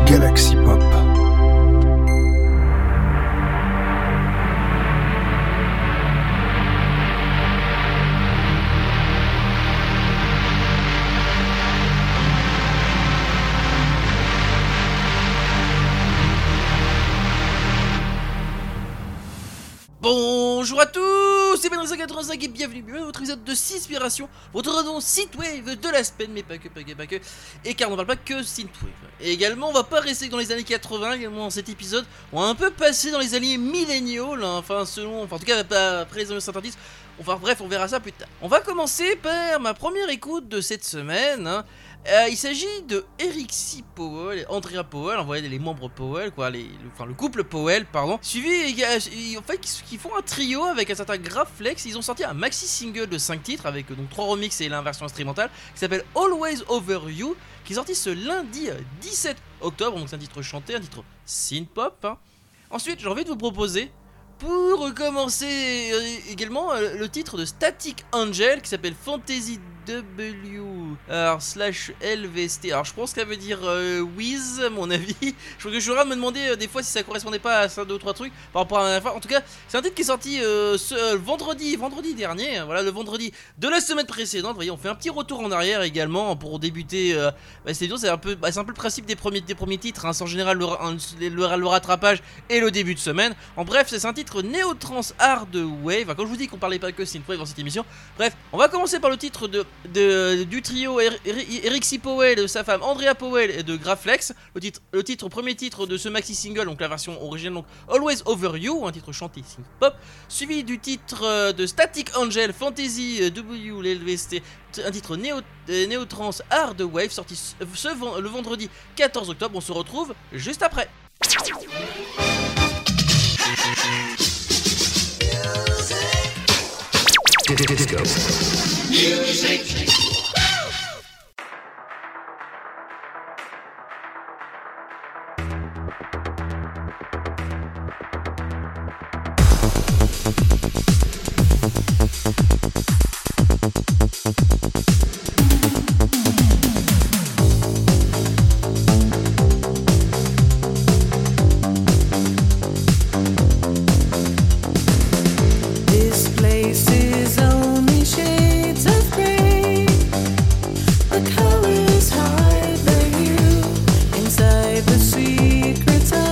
Galaxy Pop. Bonjour à tous, c'est Ben85 et bienvenue à votre épisode de Synthspiration, votre redon synthwave de la semaine, mais pas que, et car on ne parle pas que synthwave. Et également, on va pas rester dans les années 80, également dans cet épisode, on va un peu passer dans les années millennials, en tout cas après les années 70, bref, on verra ça plus tard. On va commencer par ma première écoute de cette semaine, il s'agit de Eric C. Powell et Andrea Powell, les membres Powell, le couple Powell, suivi en fait qui font un trio avec un certain Graf Flex. Ils ont sorti un maxi single de 5 titres avec donc 3 remixes et la version instrumentale qui s'appelle Always Over You, qui est sorti ce lundi 17 octobre, donc c'est un titre chanté, un titre synth-pop. Ensuite, j'ai envie de vous proposer, pour commencer, également le titre de Static Angel qui s'appelle Fantasy W /LVST. Alors je pense qu'elle veut dire Wiz à mon avis. Je suis en train de me demander des fois si ça correspondait pas à ça, 2 ou 3 trucs par rapport à la fin. En tout cas, c'est un titre qui est sorti vendredi dernier, le vendredi de la semaine précédente. Vous voyez, on fait un petit retour en arrière également pour débuter. C'est un peu le principe des premiers titres, c'est en général le rattrapage et le début de semaine. En bref, c'est un titre néo-trance hard wave. Quand je vous dis qu'on parlait pas que synthwave dans cette émission, bref, on va commencer par le titre du trio Eric C. Powell, de sa femme Andrea Powell et de Graf Flex. Premier titre de ce maxi single, donc la version originale, donc Always Over You, un titre chanté synth pop, suivi du titre de Static Angel Fantasy W LVST, un titre néo-trance hard wave sorti le vendredi 14 octobre. On se retrouve juste après. Disco. Music. This place is only shades of gray. The colors hide the hue inside the secrets of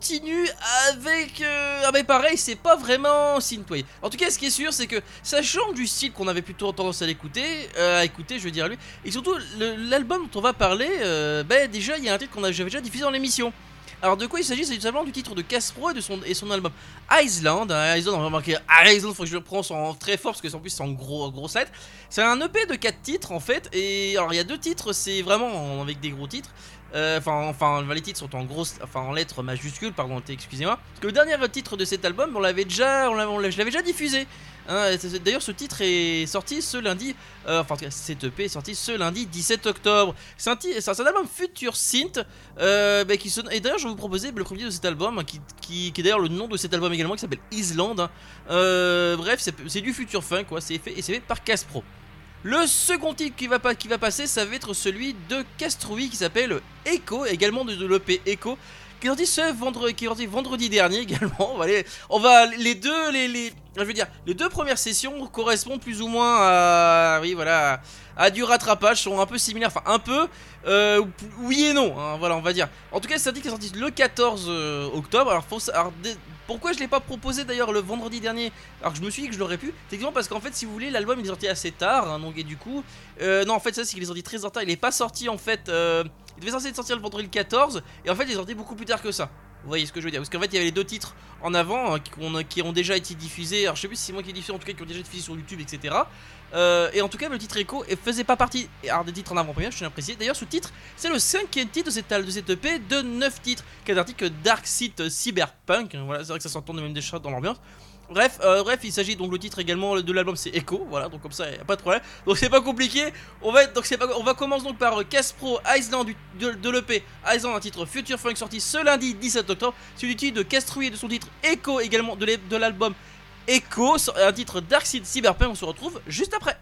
continue avec... Ah mais pareil, c'est pas vraiment synthwave. En tout cas, ce qui est sûr, c'est que ça change du style qu'on avait plutôt tendance à l'écouter, je veux dire lui. Et surtout, l'album dont on va parler, déjà, il y a un titre j'avais déjà diffusé dans l'émission. Alors de quoi il s'agit? C'est tout simplement du titre de Caspro et son album Island. Island, on va marquer Island, faut que je le prononce en très fort parce que en plus c'est en grosse lettre. C'est un EP de 4 titres en fait. Et alors il y a 2 titres, c'est vraiment avec des gros titres. Les titres sont en lettres majuscules, pardon, excusez-moi. Parce que le dernier titre de cet album, je l'avais déjà diffusé. D'ailleurs, ce titre est sorti ce lundi. Cet EP est sorti ce lundi 17 octobre. C'est un album Future Synth. Et d'ailleurs, je vais vous proposer le premier de cet album, qui est d'ailleurs le nom de cet album également, qui s'appelle Island. Bref, c'est du Future Funk, quoi. C'est fait par Caspro. Le second titre qui va passer, ça va être celui de Castrui qui s'appelle Echo, également de l'EP Echo, qui est sorti vendredi dernier également. Les deux premières sessions correspondent plus ou moins à du rattrapage, sont un peu similaires, enfin un peu, oui et non, hein, voilà on va dire. En tout cas c'est un titre qui est sorti le 14 octobre, pourquoi je l'ai pas proposé d'ailleurs le vendredi dernier, alors que je me suis dit que je l'aurais pu, c'est exactement parce qu'en fait si vous voulez l'album il est sorti assez tard, hein, donc et du coup, non en fait ça c'est qu'il est sorti très en retard, il est pas sorti en fait, il devait censé sortir le vendredi le 14, et en fait il est sorti beaucoup plus tard que ça. Vous voyez ce que je veux dire? Parce qu'en fait il y avait les 2 titres en avant qui ont déjà été diffusés. Alors je sais plus si c'est moi qui ai diffusé, en tout cas qui ont déjà été diffusés sur YouTube, etc. Et en tout cas le titre Echo faisait pas partie des titres en avant-première, je tiens à préciser. D'ailleurs ce titre c'est le 5e titre de cette EP de 9 titres, qui est un titre Dark Sith Cyberpunk. Voilà, c'est vrai que ça s'entend de même des chats dans l'ambiance. Bref, il s'agit donc le titre également de l'album c'est Echo, voilà, donc comme ça y a pas de problème. Donc c'est pas compliqué. On va commencer donc par Caspro Island de l'EP Island, un titre Future Funk sorti ce lundi 17 octobre. Celui du titre de Castrui et de son titre Echo également de l'album Echo, un titre Dark Side Cyberpunk. On se retrouve juste après.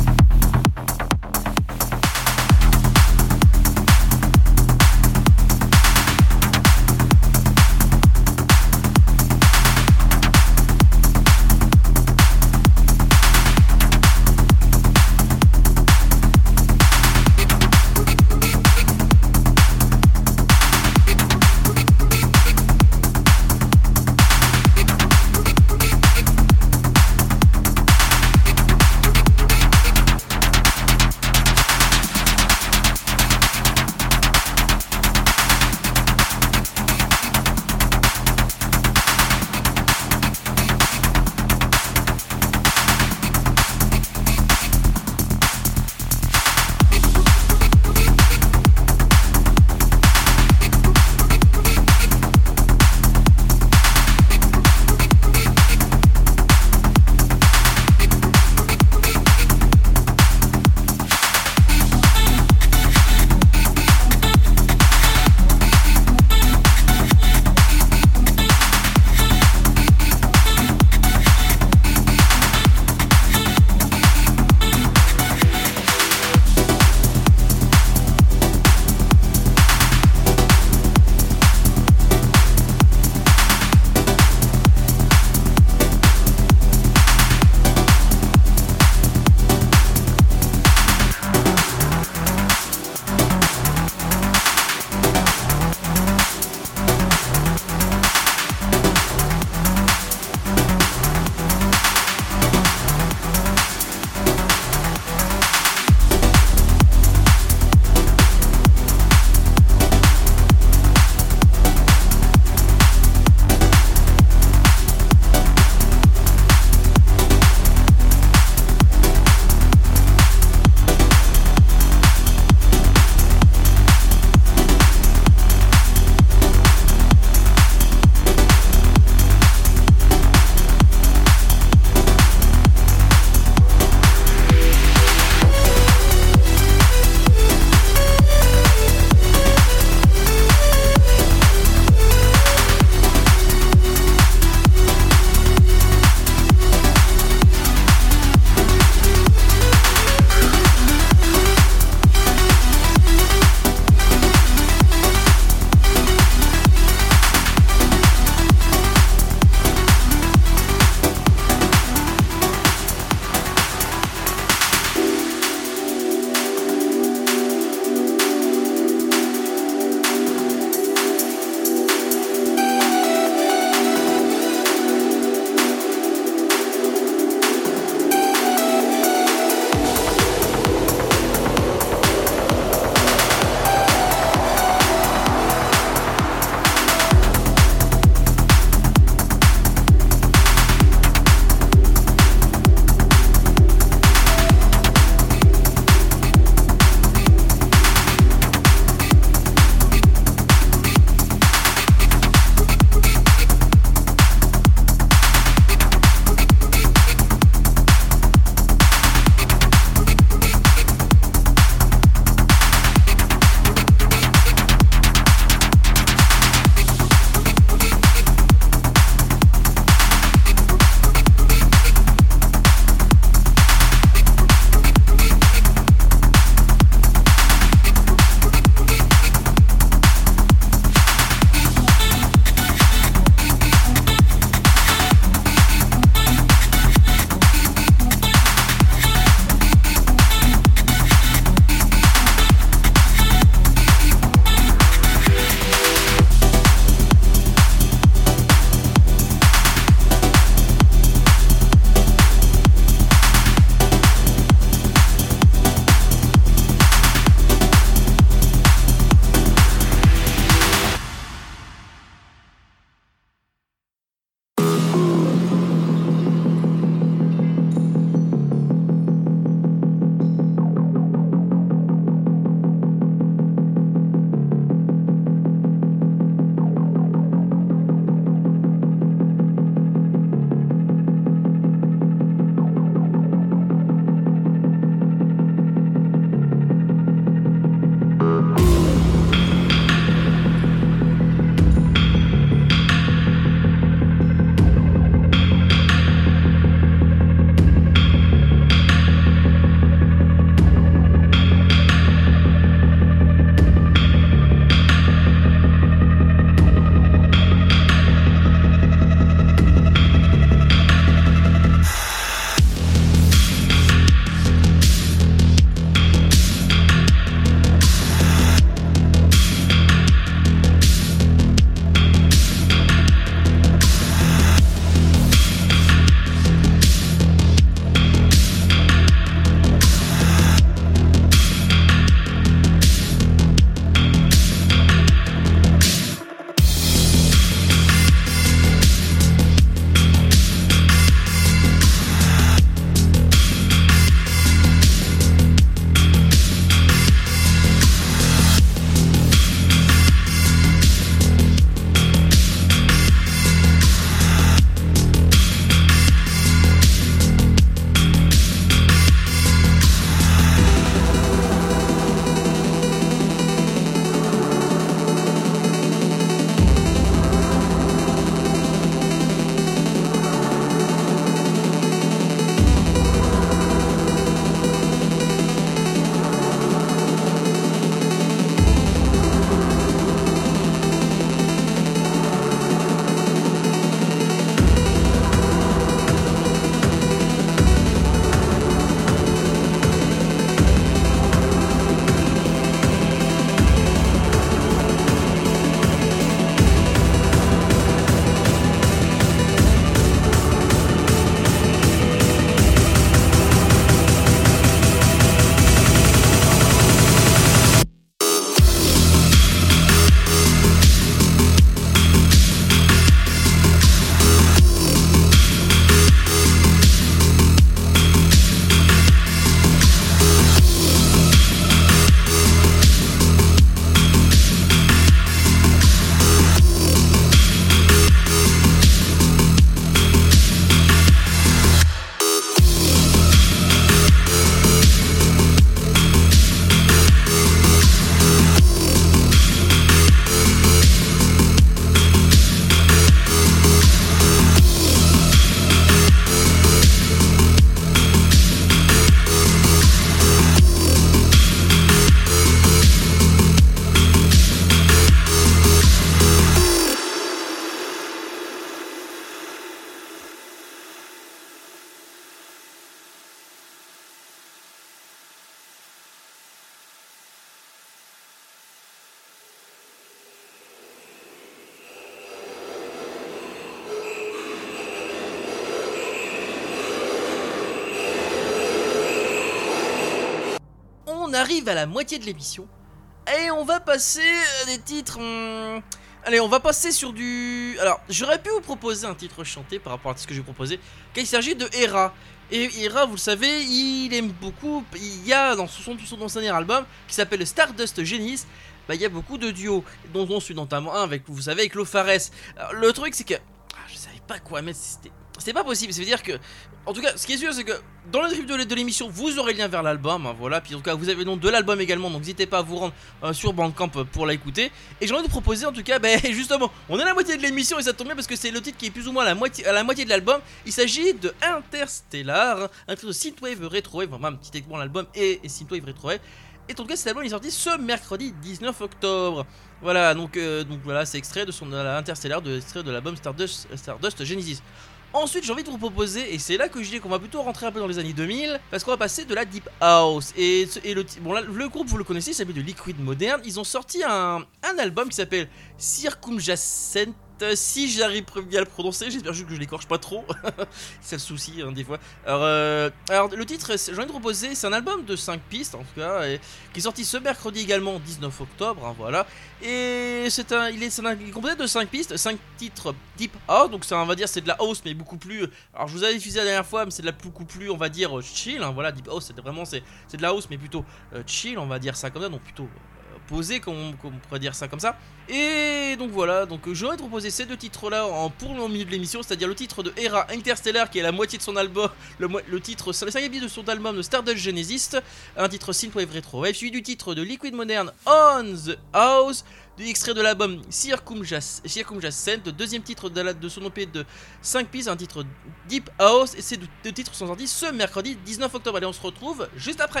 on arrive à la moitié de l'émission. Et on va passer des titres... Allez, on va passer sur du... Alors, j'aurais pu vous proposer un titre chanté par rapport à ce que je vais proposer, car il s'agit de Hera. Et Hera, vous le savez, il aime beaucoup... Il y a dans son dernier album, qui s'appelle Stardust Genesis, bah, il y a beaucoup de duos, dont celui notamment un avec, vous savez, avec Lo Fares. Alors, le truc, c'est que... je savais pas quoi mettre, c'était pas possible, ça veut dire que... En tout cas, ce qui est sûr, c'est que dans le descriptif de l'émission, vous aurez le lien vers l'album, hein, voilà. Puis en tout cas, vous avez le nom de l'album également, donc n'hésitez pas à vous rendre sur Bandcamp pour l'écouter. Et j'ai envie de vous proposer, en tout cas, justement, on est à la moitié de l'émission et ça tombe bien parce que c'est le titre qui est plus ou moins à la moitié de l'album. Il s'agit de Interstellar, hein, un titre de synthwave retrowave, enfin, un petit techniquement l'album et synthwave retrowave. Et en tout cas, cet album est sorti ce mercredi 19 octobre. Voilà, donc voilà, c'est extrait de son Interstellar, extrait de l'album Stardust Genesis. Ensuite, j'ai envie de vous proposer, et c'est là que je dis qu'on va plutôt rentrer un peu dans les années 2000, parce qu'on va passer de la Deep House. Et le groupe, vous le connaissez, il s'appelle de Liquid Modern. Ils ont sorti un album qui s'appelle Circumjacent. Si j'arrive bien à le prononcer, j'espère juste que je l'écorche pas trop. C'est le souci, hein, des fois. Alors le titre, j'ai envie de proposer, c'est un album de 5 pistes en tout cas, qui est sorti ce mercredi également, 19 octobre, hein, voilà. Et il est composé de 5 pistes, 5 titres Deep House, donc ça, on va dire c'est de la house, mais beaucoup plus... Alors je vous avais diffusé la dernière fois, mais c'est de la beaucoup plus, on va dire, chill, hein, voilà, Deep House, c'est de la house, mais plutôt chill, on va dire ça comme ça, donc plutôt... posé, comme on pourrait dire ça comme ça. Et donc voilà, donc j'aurais proposé ces deux titres là pour le milieu de l'émission, c'est-à-dire le titre de Hera Interstellar qui est la moitié de son album, le titre, les 5 épisodes de son album de Stardust Genesis, un titre synthwave retrowave, suivi du titre de Liquid Modern On the House, du extrait de l'album Circumjacent, deuxième titre de son EP de 5 pistes, un titre Deep House, et ces deux titres sont sortis ce mercredi 19 octobre. Allez, on se retrouve juste après.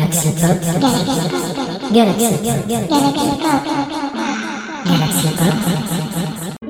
Galaxy Pop. Galaxy Pop.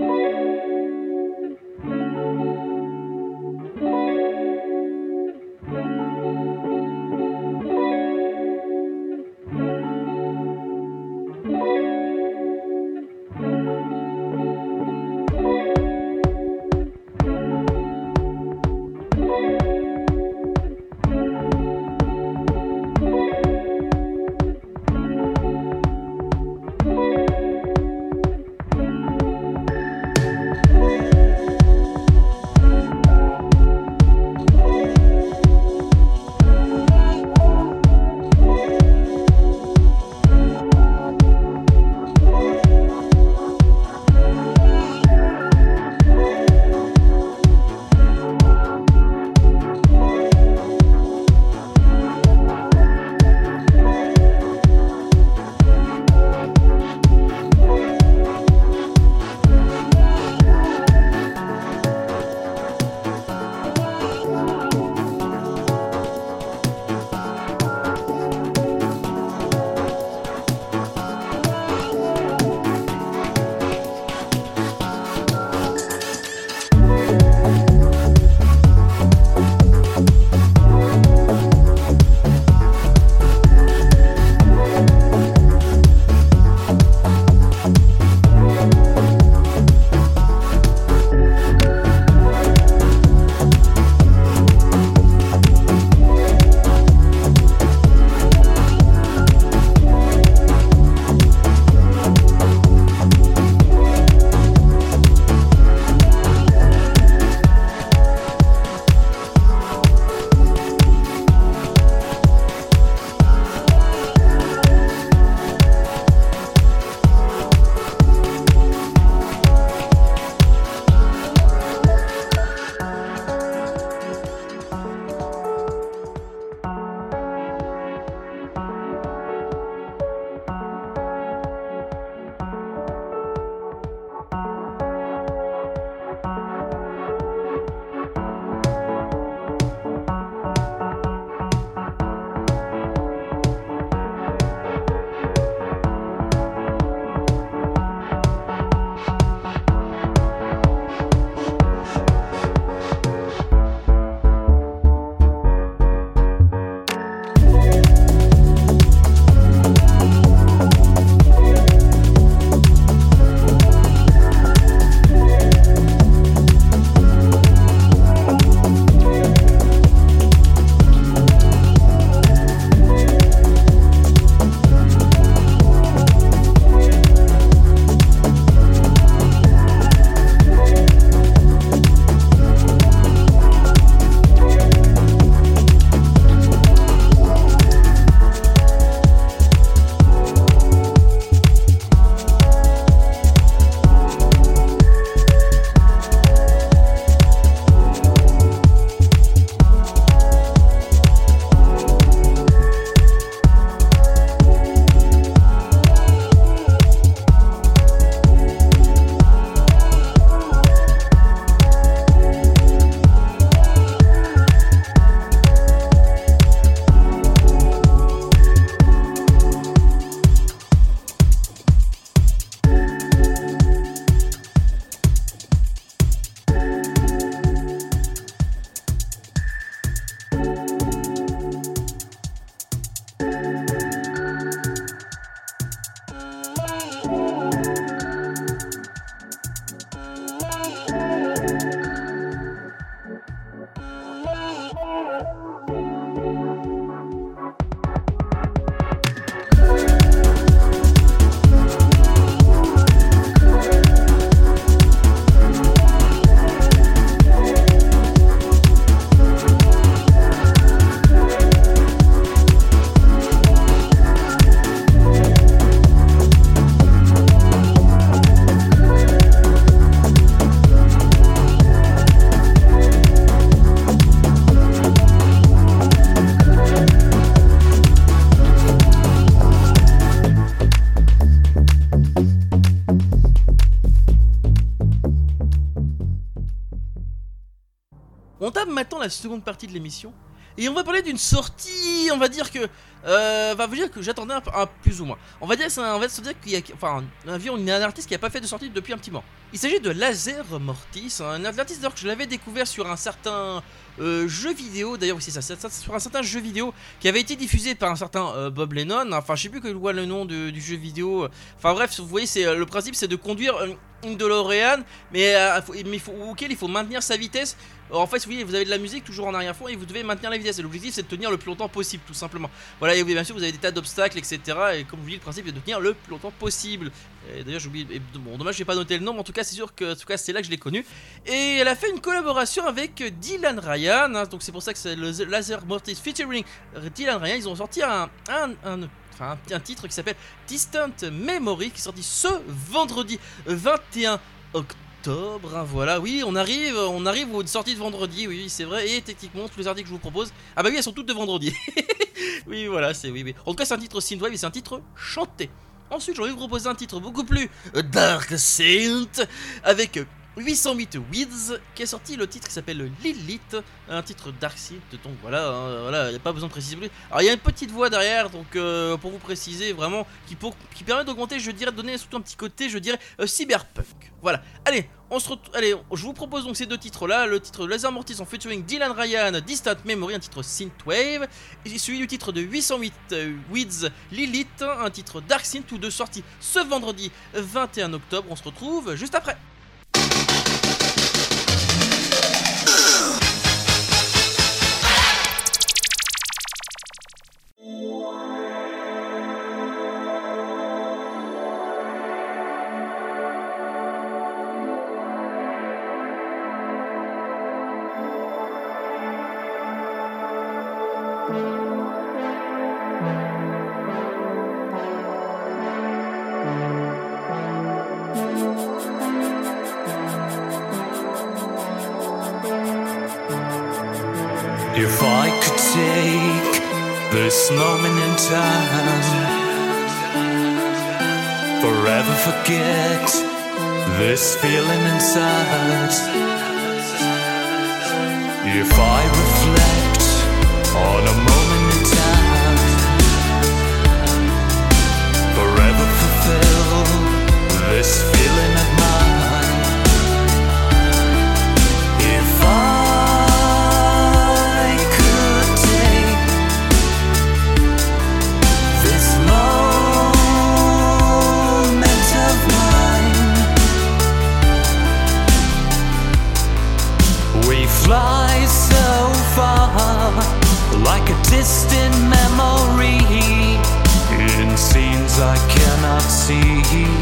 On table maintenant la seconde partie de l'émission et on va parler d'une sortie, on va dire que va vous dire que j'attendais un plus ou moins. On va dire se dire qu'il y a un artiste qui n'a pas fait de sortie depuis un petit moment. Il s'agit de Lazer Mortis, un artiste d'ailleurs que je l'avais découvert sur un certain jeu vidéo, d'ailleurs oui c'est ça, sur un certain jeu vidéo qui avait été diffusé par un certain Bob Lennon, enfin je sais plus quel est le nom du jeu vidéo, enfin bref, vous voyez, le principe c'est de conduire une DeLorean, mais auquel il faut maintenir sa vitesse. En fait, vous avez de la musique toujours en arrière-fond et vous devez maintenir la vitesse. Et l'objectif, c'est de tenir le plus longtemps possible, tout simplement. Voilà, et bien sûr, vous avez des tas d'obstacles, etc. Et comme vous dites, le principe est de tenir le plus longtemps possible. Et d'ailleurs, j'ai oublié. Bon, dommage, j'ai pas noté le nom, mais en tout cas, c'est sûr que c'est là que je l'ai connu. Et elle a fait une collaboration avec Dylan Ryan. Hein, donc, c'est pour ça que c'est le Lazer Mortis featuring Dylan Ryan. Ils ont sorti un titre qui s'appelle Distant Memory, qui est sorti ce vendredi 21 octobre, hein, voilà, oui, on arrive aux sorties de vendredi, oui, c'est vrai, et techniquement, tous les articles que je vous propose, ah bah oui, elles sont toutes de vendredi, oui, voilà, oui. En tout cas, c'est un titre synthwave et c'est un titre chanté. Ensuite, j'ai envie de vous proposer un titre beaucoup plus Dark Synth, avec 808 Weeds, qui est sorti le titre qui s'appelle Lilith, un titre Dark Synth, donc voilà, il n'y a pas besoin de préciser plus. Alors il y a une petite voix derrière, donc pour vous préciser vraiment, qui permet d'augmenter, je dirais, de donner surtout un petit côté, je dirais, cyberpunk. Voilà, allez, je vous propose donc ces deux titres-là, le titre de Lazer Mortis en featuring Dylan Ryan, Distant Memory, un titre synthwave, et celui du titre de 808 Weeds, Lilith, un titre Dark Synth, tous deux sortis ce vendredi 21 octobre, on se retrouve juste après. If I could take this moment in time, forever forget this feeling inside. If I reflect on a moment in time, forever fulfill this feeling of mine. If I could take this moment of mine, we fly so far, like a distant memory, in scenes I cannot see.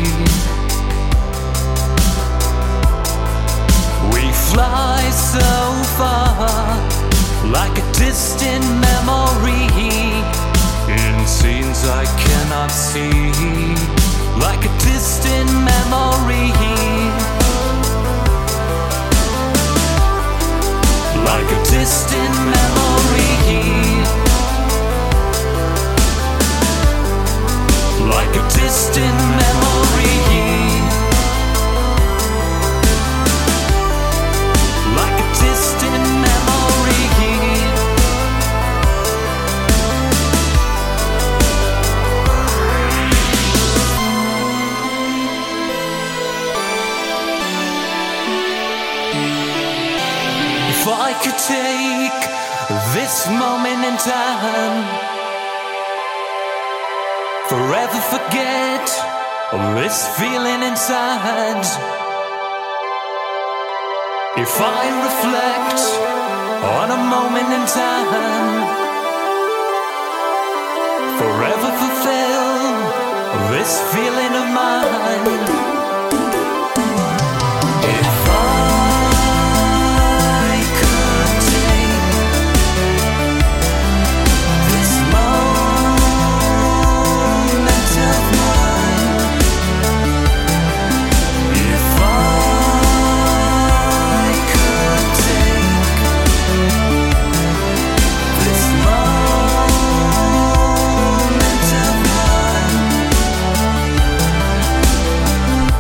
We fly so far, like a distant memory, in scenes I cannot see. Like a distant memory, like a distant memory, like a distant memory, like a distant memory. If I could take this moment in time, forever forget this feeling inside. If I reflect on a moment in time, forever fulfill this feeling of mine. If I could take this moment of mine, if I could take this moment of mine,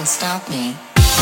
stop me.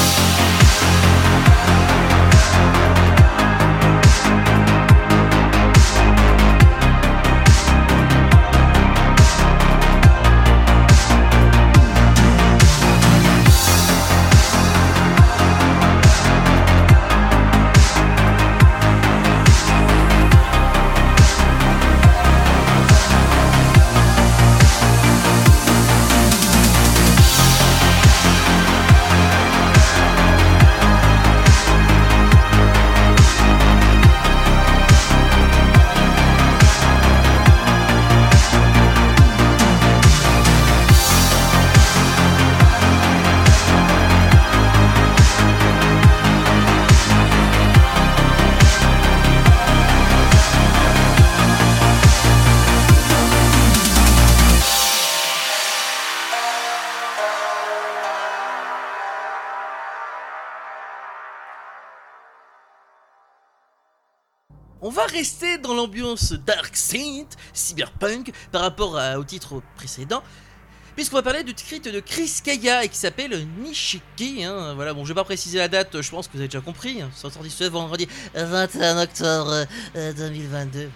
On va rester dans l'ambiance Dark Synth, Cyberpunk, par rapport au titre précédent, puisqu'on va parler du titre de Chris Kaya et qui s'appelle Nishiki. Voilà, bon, je vais pas préciser la date, je pense que vous avez déjà compris. C'est sorti ce vendredi 21 octobre 2022.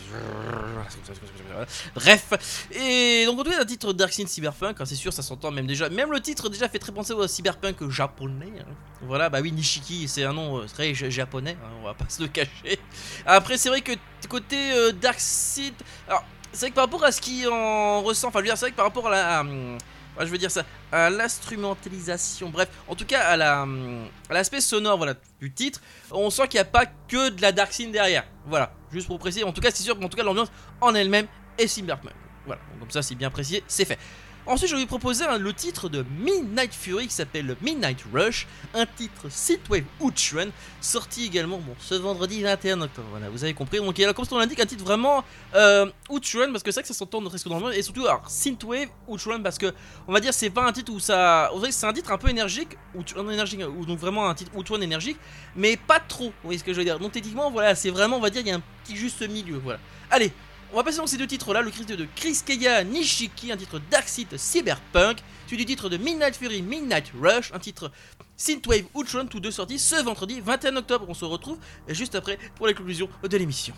Bref, et donc on trouve un titre Dark Synth Cyberpunk, c'est sûr, ça s'entend même déjà. Même le titre déjà fait très penser au cyberpunk japonais. Voilà, bah oui, Nishiki, c'est un nom très japonais, on va pas se le cacher. Après, c'est vrai que côté Dark Synth, alors c'est vrai que par rapport à ce qui en ressent, enfin, je veux dire, c'est vrai que par rapport à je veux dire ça, à l'instrumentalisation, bref, en tout cas à l'aspect sonore, voilà, du titre, on sent qu'il n'y a pas que de la Dark Synth derrière, voilà, juste pour préciser, en tout cas c'est sûr qu'en tout cas l'ambiance en elle-même est cyberpunk, voilà, donc comme ça c'est bien précisé, c'est fait. Ensuite je vais vous proposer le titre de Midnight Fury qui s'appelle Midnight Rush, un titre Synthwave Outrun, sorti également ce vendredi 21 octobre, voilà, vous avez compris, donc il y a comme on l'indique un titre vraiment Outrun, parce que c'est vrai que ça s'entend presque dans le monde, et surtout alors Synthwave Outrun, parce que on va dire c'est pas un titre où ça, on dirait que c'est un titre un peu énergique, ou donc vraiment un titre Outrun énergique, mais pas trop, vous voyez ce que je veux dire, donc techniquement voilà, c'est vraiment, on va dire, il y a un petit juste milieu, voilà. Allez, on va passer dans ces deux titres là, le titre de Chris Kaya Nishiki, un titre Dark Synth Cyberpunk, celui du titre de Midnight Fury Midnight Rush, un titre Synthwave Outrun, tous deux sortis ce vendredi 21 octobre. On se retrouve juste après pour les conclusions de l'émission.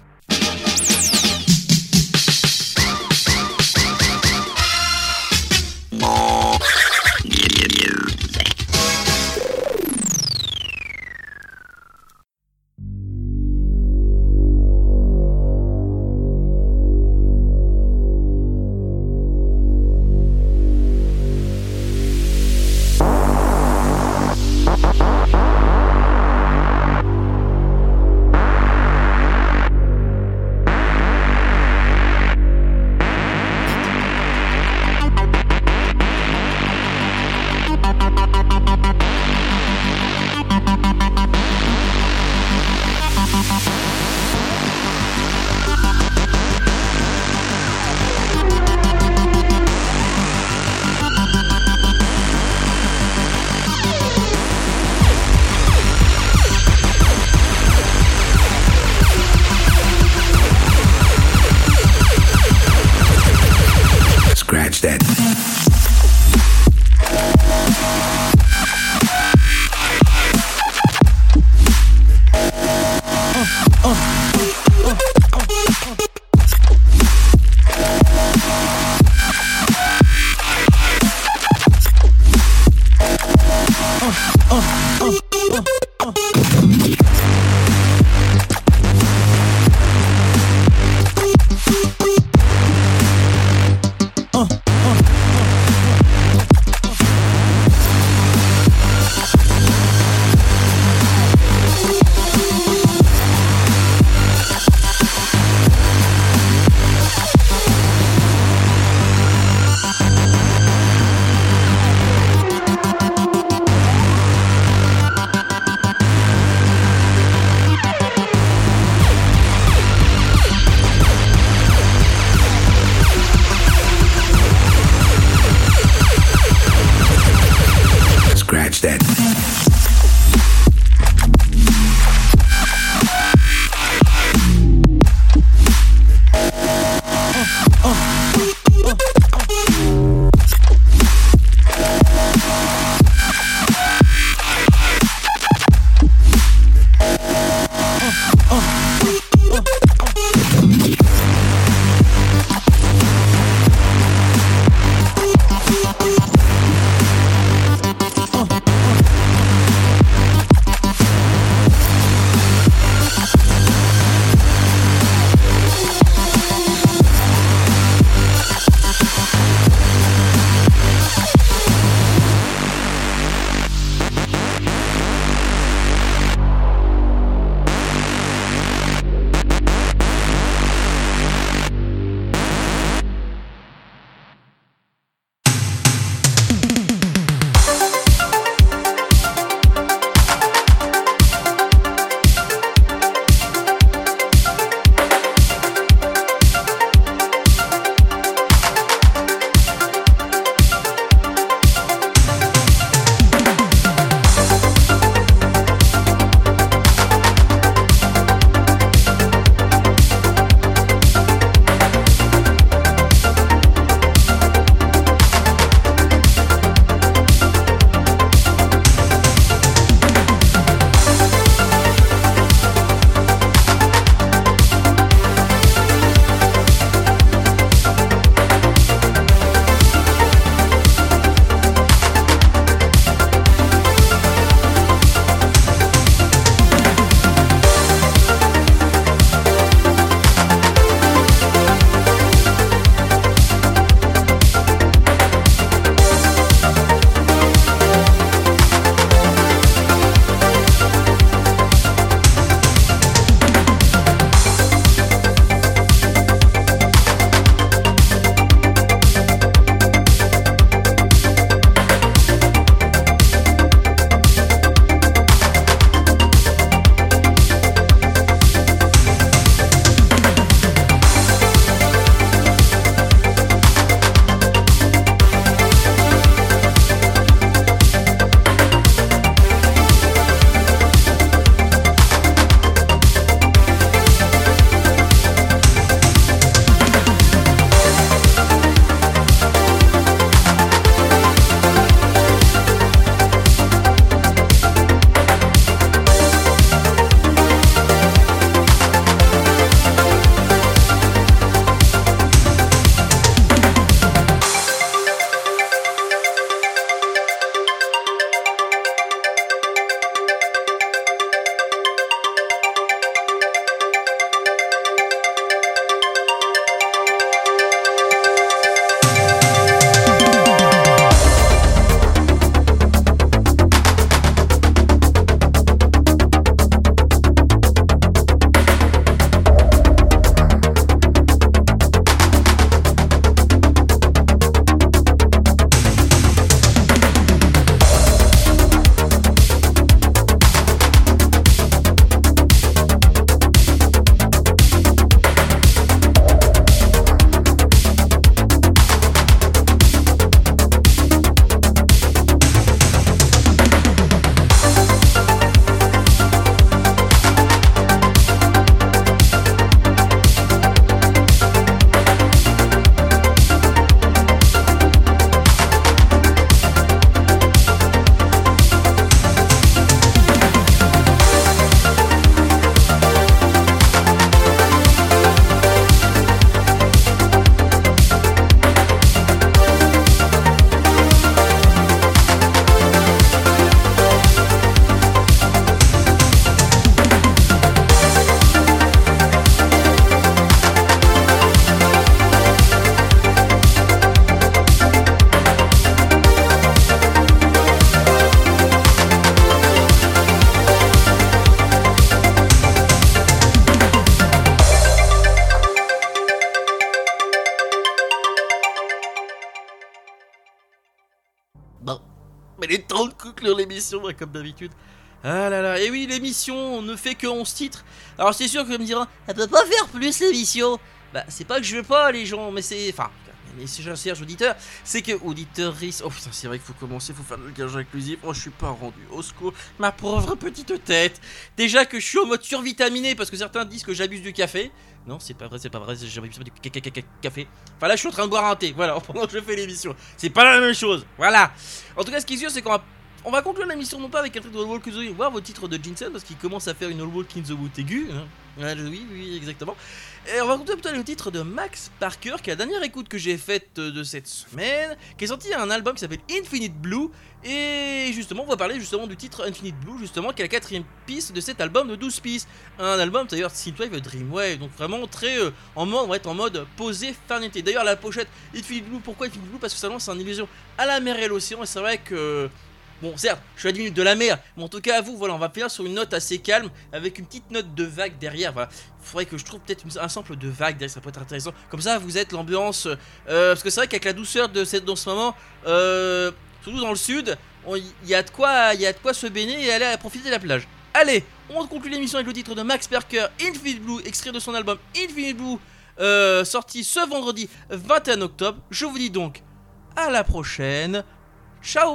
Il est temps de conclure l'émission, comme d'habitude. Ah là là, et oui, l'émission ne fait que 11 titres. Alors c'est sûr que me dira, elle peut pas faire plus l'émission. Bah c'est pas que je veux pas les gens, mais c'est... Enfin, mais si j'ai un Serge auditeur, c'est que auditeuriste... Oh putain, c'est vrai qu'il faut commencer, faut faire le gage inclusif. Oh, je suis pas rendu au secours, ma pauvre petite tête. Déjà que je suis en mode survitaminé parce que certains disent que j'abuse du café. Non, c'est pas vrai, j'abuse pas du café. Enfin là, je suis en train de boire un thé, voilà, pendant que je fais l'émission. C'est pas la même chose, voilà. En tout cas, ce qui est sûr, c'est qu'on va conclure l'émission non pas avec un truc de All Walk in the Wood, voir vos titres de Jinsen parce qu'il commence à faire une All Walk in the Wood aiguë. Hein. Oui, exactement. Et on va conclure plutôt le titre de Max Parker, qui est la dernière écoute que j'ai faite de cette semaine, qui est sorti un album qui s'appelle Infinite Blue. Et justement, on va parler justement du titre Infinite Blue, justement, qui est la 4ème piste de cet album de 12 pistes. Un album d'ailleurs Synthwave Dreamwave, donc vraiment très on va être en mode posé, farniente. D'ailleurs, la pochette Infinite Blue, pourquoi Infinite Blue? Parce que ça lance une illusion à la mer et à l'océan, et c'est vrai que. Bon, certes, je suis à 10 minutes de la mer, mais en tout cas, à vous, voilà, on va finir sur une note assez calme, avec une petite note de vague derrière. Voilà, il faudrait que je trouve peut-être un sample de vague derrière, ça peut être intéressant. Comme ça, vous êtes l'ambiance. Parce que c'est vrai qu'avec la douceur dans ce moment, surtout dans le sud, il y a de quoi se baigner et aller à profiter de la plage. Allez, on conclut l'émission avec le titre de Max Parker, Infinite Blue, extrait de son album Infinite Blue, sorti ce vendredi 21 octobre. Je vous dis donc à la prochaine. Ciao.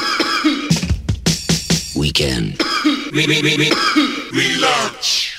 Weekend. Relaunch.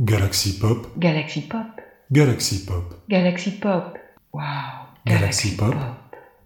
Galaxy Pop. Galaxy Pop. Galaxy Pop. Galaxy Pop. Wow. Galaxy Pop.